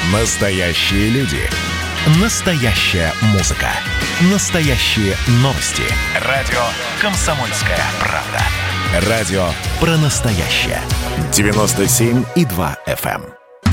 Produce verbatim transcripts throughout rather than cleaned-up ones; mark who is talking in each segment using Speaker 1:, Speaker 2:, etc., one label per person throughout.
Speaker 1: Настоящие люди. Настоящая музыка. Настоящие новости. Радио «Комсомольская правда». Радио про настоящее. девяносто семь и два эф эм.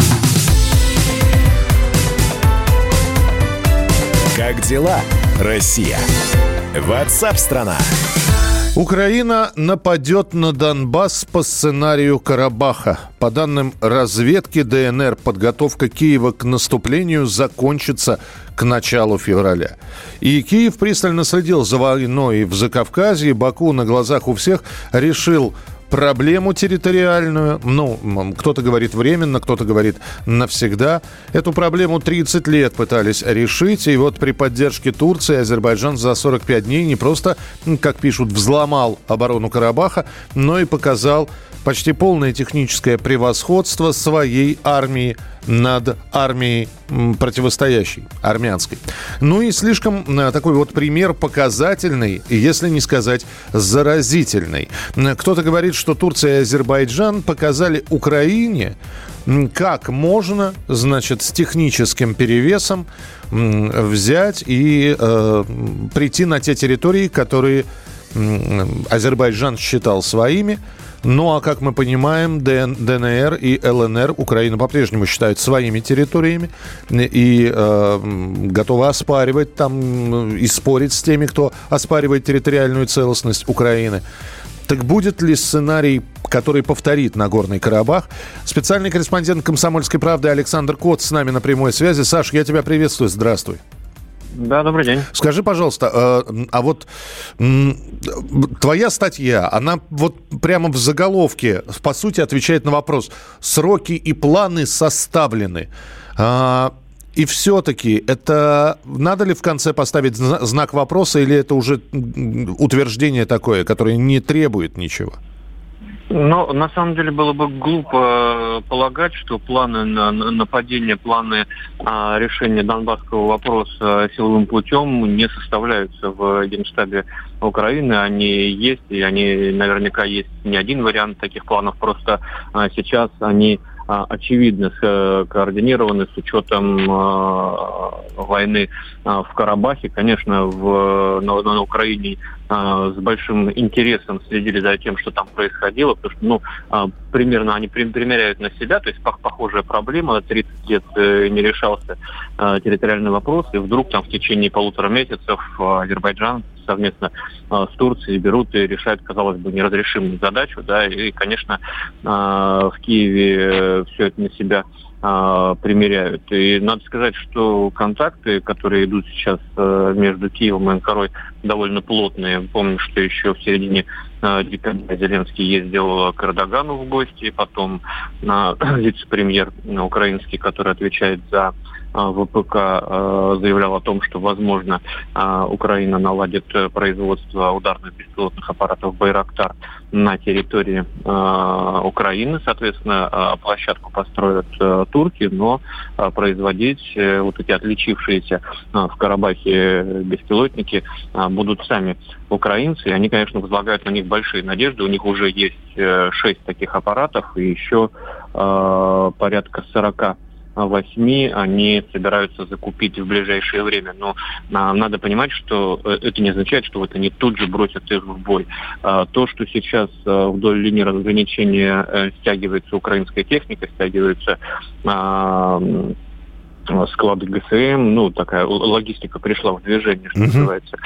Speaker 1: Как дела, Россия? Ватсап-страна!
Speaker 2: Украина нападет на Донбасс по сценарию Карабаха. По данным разведки Дэ Эн Эр, подготовка Киева к наступлению закончится к началу февраля. И Киев пристально следил за войной в Закавказье. Баку на глазах у всех решил проблему территориальную, ну, кто-то говорит временно, кто-то говорит навсегда. Эту проблему тридцать лет пытались решить, и вот при поддержке Турции Азербайджан за сорок пять дней не просто, как пишут, взломал оборону Карабаха, но и показал почти полное техническое превосходство своей армии над армией противостоящей, армянской. Ну и слишком такой вот пример показательный, если не сказать заразительный. Кто-то говорит, что Турция и Азербайджан показали Украине, как можно, значит, с техническим перевесом взять и э, прийти на те территории, которые Азербайджан считал своими. Ну, а как мы понимаем, Дэ Эн Эр и Эл Эн Эр Украину по-прежнему считают своими территориями и э, готовы оспаривать там и спорить с теми, кто оспаривает территориальную целостность Украины. Так будет ли сценарий, который повторит Нагорный Карабах? Специальный корреспондент «Комсомольской правды» Александр Кот с нами на прямой связи. Саш, я тебя приветствую. Здравствуй.
Speaker 3: Да, добрый день.
Speaker 2: Скажи, пожалуйста, а вот твоя статья, она вот прямо в заголовке, по сути, отвечает на вопрос. Сроки и планы составлены. И все-таки это надо ли в конце поставить знак вопроса, или это уже утверждение такое, которое не требует ничего?
Speaker 3: Но на самом деле было бы глупо полагать, что планы на нападение, планы а, решения донбасского вопроса силовым путем не составляются в Генштабе Украины. Они есть, и они наверняка есть не один вариант таких планов. Просто а, сейчас они а, очевидно координированы с учетом а, войны а, в Карабахе. Конечно, в, на, на Украине с большим интересом следили за тем, что там происходило, потому что, ну, примерно они примеряют на себя, то есть похожая проблема, тридцать лет не решался территориальный вопрос, и вдруг там в течение полутора месяцев Азербайджан совместно с Турцией берут и решают, казалось бы, неразрешимую задачу, да, и, конечно, в Киеве все это на себя примеряют. И надо сказать, что контакты, которые идут сейчас между Киевом и Анкарой, довольно плотные. Помню, что еще в середине декабря Зеленский ездил к Эрдогану в гости, потом вице-премьер украинский, который отвечает за вэ пэ ка, заявлял о том, что, возможно, Украина наладит производство ударных беспилотных аппаратов «Байрактар» на территории Украины. Соответственно, площадку построят турки, но производить вот эти отличившиеся в Карабахе беспилотники будут сами украинцы. И они, конечно, возлагают на них большие надежды. У них уже есть шесть таких аппаратов и еще порядка сорока восьми они собираются закупить в ближайшее время. Но а, надо понимать, что это не означает, что вот они тут же бросят их в бой. А, то, что сейчас а, вдоль линии разграничения а, стягивается украинская техника, стягиваются а, склады гэ эс эм, ну, такая логистика пришла в движение, что uh-huh. называется.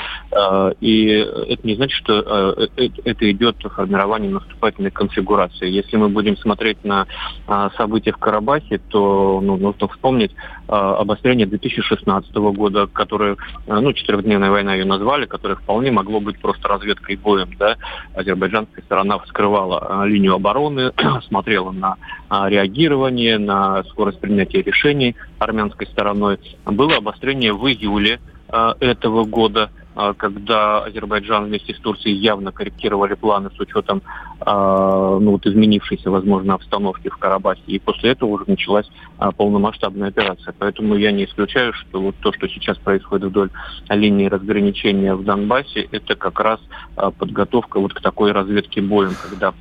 Speaker 3: И это не значит, что это идет формирование наступательной конфигурации. Если мы будем смотреть на события в Карабахе, то, ну, нужно вспомнить обострение две тысячи шестнадцатого года, которое, ну, четырехдневная война ее назвали, которое вполне могло быть просто разведкой боем, да. Азербайджанская сторона вскрывала линию обороны, смотрела на реагирование, на скорость принятия решений армянской стороной. Было обострение в июле э, этого года, э, когда Азербайджан вместе с Турцией явно корректировали планы с учетом э, ну, вот изменившейся, возможно, обстановки в Карабахе. И после этого уже началась э, полномасштабная операция. Поэтому я не исключаю, что вот то, что сейчас происходит вдоль линии разграничения в Донбассе, это как раз э, подготовка вот к такой разведке боем, когда по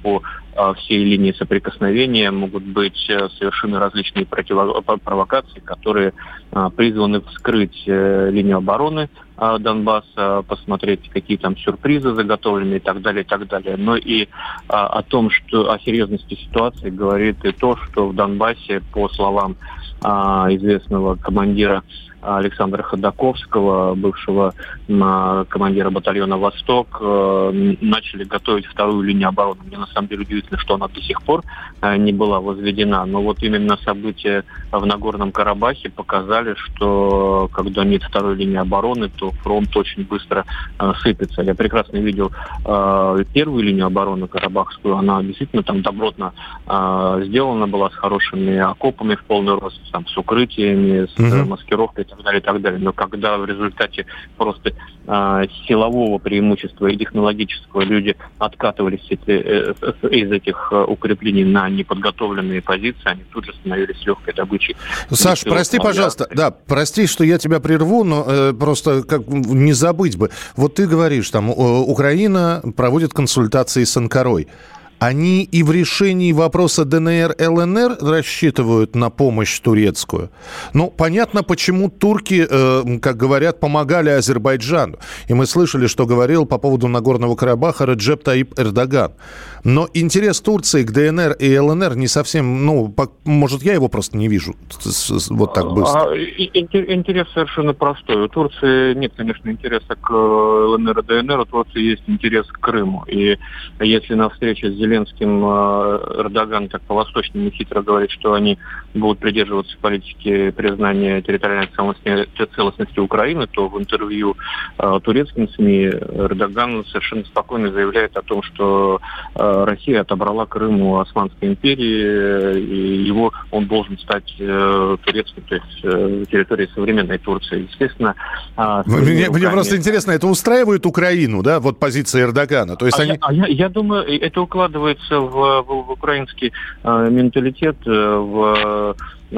Speaker 3: всей линии соприкосновения, могут быть совершены различные противо- провокации, которые призваны вскрыть линию обороны Донбасса, посмотреть, какие там сюрпризы заготовлены и так далее, и так далее. Но и а, о том, что о серьезности ситуации говорит и то, что в Донбассе, по словам а, известного командира Александра Ходаковского, бывшего а, командира батальона «Восток», а, начали готовить вторую линию обороны. Мне на самом деле удивительно, что она до сих пор а, не была возведена. Но вот именно события в Нагорном Карабахе показали, что когда нет второй линии обороны, то фронт очень быстро а, сыпется. Я прекрасно видел а, первую линию обороны карабахскую. Она действительно там добротно а, сделана была, с хорошими окопами в полный рост, там, с укрытиями, с mm-hmm. маскировкой и так далее, и так далее. Но когда в результате просто а, силового преимущества и технологического люди откатывались эти, э, из этих укреплений на неподготовленные позиции, они тут же становились легкой добычей.
Speaker 2: Саш, прости, пожалуйста, да, прости, что я тебя прерву, но э, просто как не забыть бы. Вот ты говоришь, там, Украина проводит консультации с Анкарой. Они и в решении вопроса ДНР, ЛНР рассчитывают на помощь турецкую. Ну, понятно, почему турки, э, как говорят, помогали Азербайджану. И мы слышали, что говорил по поводу Нагорного Карабаха Реджеп Таип Эрдоган. Но интерес Турции к ДНР и ЛНР не совсем, ну, по, может, я его просто не вижу вот так быстро.
Speaker 3: А, интерес совершенно простой. У Турции нет, конечно, интереса к ЛНР и ДНР, у Турции есть интерес к Крыму. И если на встрече с Зеленским Эрдоган так по-восточному хитро говорит, что они будут придерживаться политики признания территориальной целостности Украины, то в интервью турецким СМИ Эрдоган совершенно спокойно заявляет о том, что Россия отобрала Крым у Османской империи, и его он должен стать э, турецким, то есть э, территорией современной Турции. Естественно, э,
Speaker 2: мне, руками... мне просто интересно, это устраивает Украину, да, вот позиция Эрдогана? То есть
Speaker 3: а
Speaker 2: они...
Speaker 3: я, а я, я думаю, это укладывается в, в, в украинский э, менталитет, э, в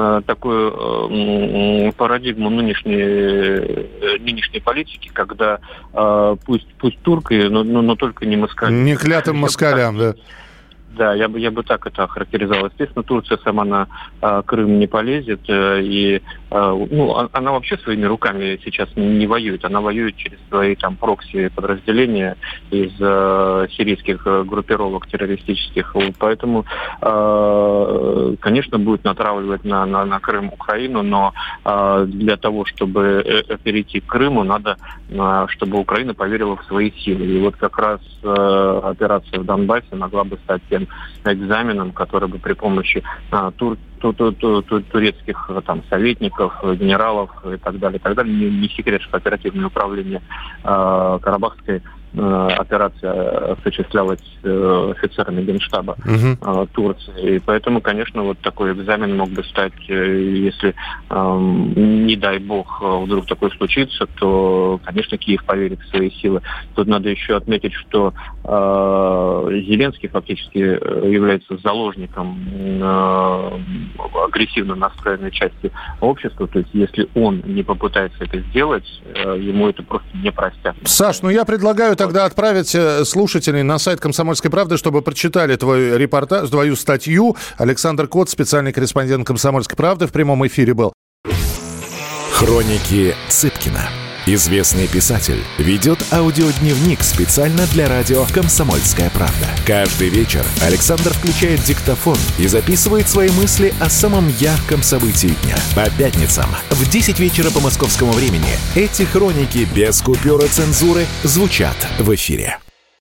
Speaker 3: такую э, парадигму нынешней, э, нынешней политики, когда э, пусть, пусть турки, но, но, но только не москали.
Speaker 2: Не клятым москалям, да.
Speaker 3: Да, я бы, я бы так это охарактеризовал. Естественно, Турция сама на а, Крым не полезет, э, и а, ну, а, она вообще своими руками сейчас не, не воюет. Она воюет через свои там прокси-подразделения из а, сирийских группировок террористических. Поэтому, а, конечно, будет натравливать на, на, на Крым Украину, но а, для того, чтобы перейти к Крыму, надо, а, чтобы Украина поверила в свои силы. И вот как раз а, операция в Донбассе могла бы стать тем экзаменом, который бы при помощи а, тур, ту, ту, ту, ту, турецких там, советников, генералов и так далее, и так далее. Не, не секрет, что оперативное управление а, Карабахской операция осуществлялась э, офицерами Генштаба uh-huh. э, Турции. И поэтому, конечно, вот такой экзамен мог бы стать, э, если, э, не дай бог, вдруг такое случится, то, конечно, Киев поверит в свои силы. Тут надо еще отметить, что э, Зеленский фактически является заложником э, агрессивно настроенной части общества. То есть, если он не попытается это сделать, э, ему это просто не простят.
Speaker 2: Саш, ну я предлагаю тогда отправить слушателей на сайт «Комсомольской правды», чтобы прочитали твой репортаж, твою статью. Александр Кот, специальный корреспондент «Комсомольской правды», в прямом эфире был.
Speaker 1: Хроники Цыпкина. Известный писатель ведет аудиодневник специально для радио «Комсомольская правда». Каждый вечер Александр включает диктофон и записывает свои мысли о самом ярком событии дня. По пятницам в десять вечера по московскому времени эти хроники без купюр и цензуры звучат в эфире.